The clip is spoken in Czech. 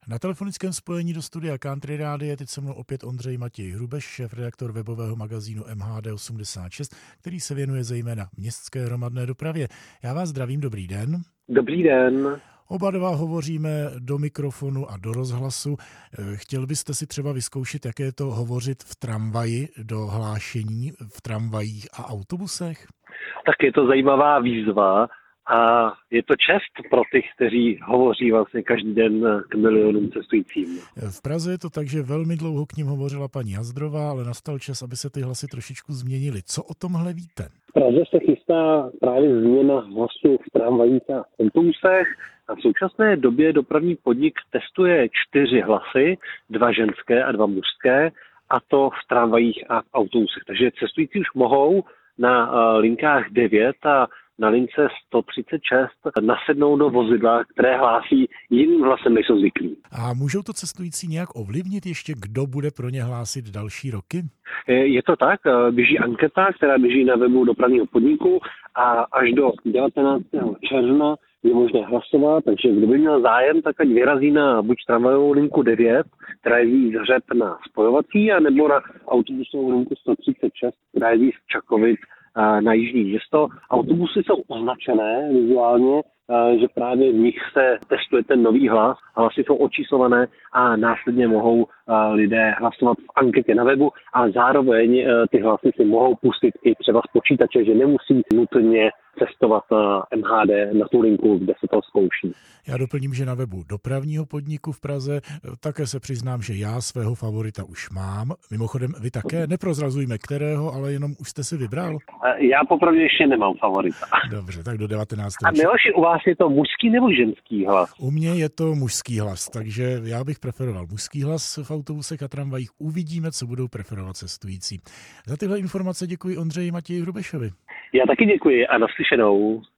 Na telefonickém spojení do studia Country Rádia je teď se mnou opět Ondřej Matěj Hrubeš, šéfredaktor webového magazínu MHD86, který se věnuje zejména městské hromadné dopravě. Já vás zdravím, dobrý den. Dobrý den. Oba dva hovoříme do mikrofonu a do rozhlasu. Chtěl byste si třeba vyzkoušet, jaké je to hovořit v tramvaji do hlášení v tramvajích a autobusech? Tak je to zajímavá výzva a je to čest pro ty, kteří hovoří vlastně každý den k milionům cestujícím. V Praze je to tak, že velmi dlouho k ním hovořila paní Hazdrová, ale nastal čas, aby se ty hlasy trošičku změnily. Co o tomhle víte? V Praze se chystá právě změna hlasu v tramvajích a autobusech. A v současné době dopravní podnik testuje 4 hlasy, 2 ženské a 2 mužské, a to v tramvajích a v autobusech. Takže cestující už mohou na linkách 9 a na lince 136 nasednou do vozidla, které hlásí jiným hlasem, než jsou zvyklí. A můžou to cestující nějak ovlivnit ještě, kdo bude pro ně hlásit další roky? Je to tak, běží anketa, která běží na webu dopravního podniku a až do 19. června je možné hlasovat, takže kdo by měl zájem, tak ať vyrazí na buď tramvajovou linku 9, která jezdí z Hřeb na Spojovací, anebo na autobusovou linku 136, která jezdí z Čakovic na Jižní Město. Autobusy jsou označené vizuálně, že právě v nich se testuje ten nový hlas. Hlasy jsou očíslované a následně mohou lidé hlasovat v anketě na webu, a zároveň ty hlasy si mohou pustit i třeba z počítače, že nemusí nutně cestovat MHD na tu linku, kde se to zkouší. Já doplním, že na webu dopravního podniku v Praze také se přiznám, že já svého favorita už mám. Mimochodem, vy také? Neprozrazujme kterého, ale jenom už jste si vybral? Já popravdě ještě nemám favorita. Dobře, tak do 19. A Miloši, u vás je to mužský nebo ženský hlas? U mě je to mužský hlas, takže já bych preferoval mužský hlas v autobusech a tramvajích. Uvidíme, co budou preferovat cestující. Za tyhle informace děkuji Ondřeji Matěji Hrubešovi. Já taky děkuji a naslyšenou.